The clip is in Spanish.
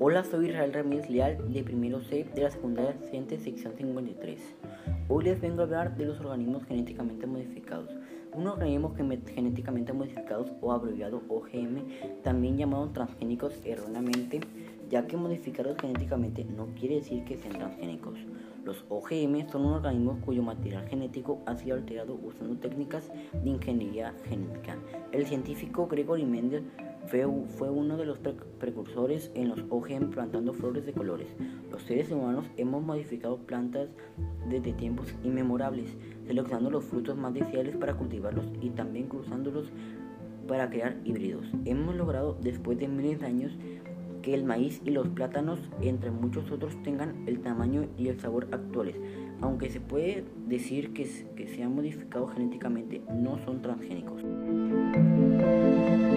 Hola, soy Israel Ramírez Leal de primero C de la secundaria Ciente sección 53. Hoy les vengo a hablar de los organismos genéticamente modificados. Unos organismos genéticamente modificados, o abreviado OGM, también llamados transgénicos erróneamente, ya que modificarlos genéticamente no quiere decir que sean transgénicos. Los OGM son unos organismos cuyo material genético ha sido alterado usando técnicas de ingeniería genética. El científico Gregory Mendel fue uno de los precursores en los OGM, plantando flores de colores. Los seres humanos hemos modificado plantas desde tiempos inmemorables, seleccionando los frutos más deseables para cultivarlos y también cruzándolos para crear híbridos. Hemos logrado, después de miles de años, que el maíz y los plátanos, entre muchos otros, tengan el tamaño y el sabor actuales. Aunque se puede decir que se han modificado genéticamente, no son transgénicos.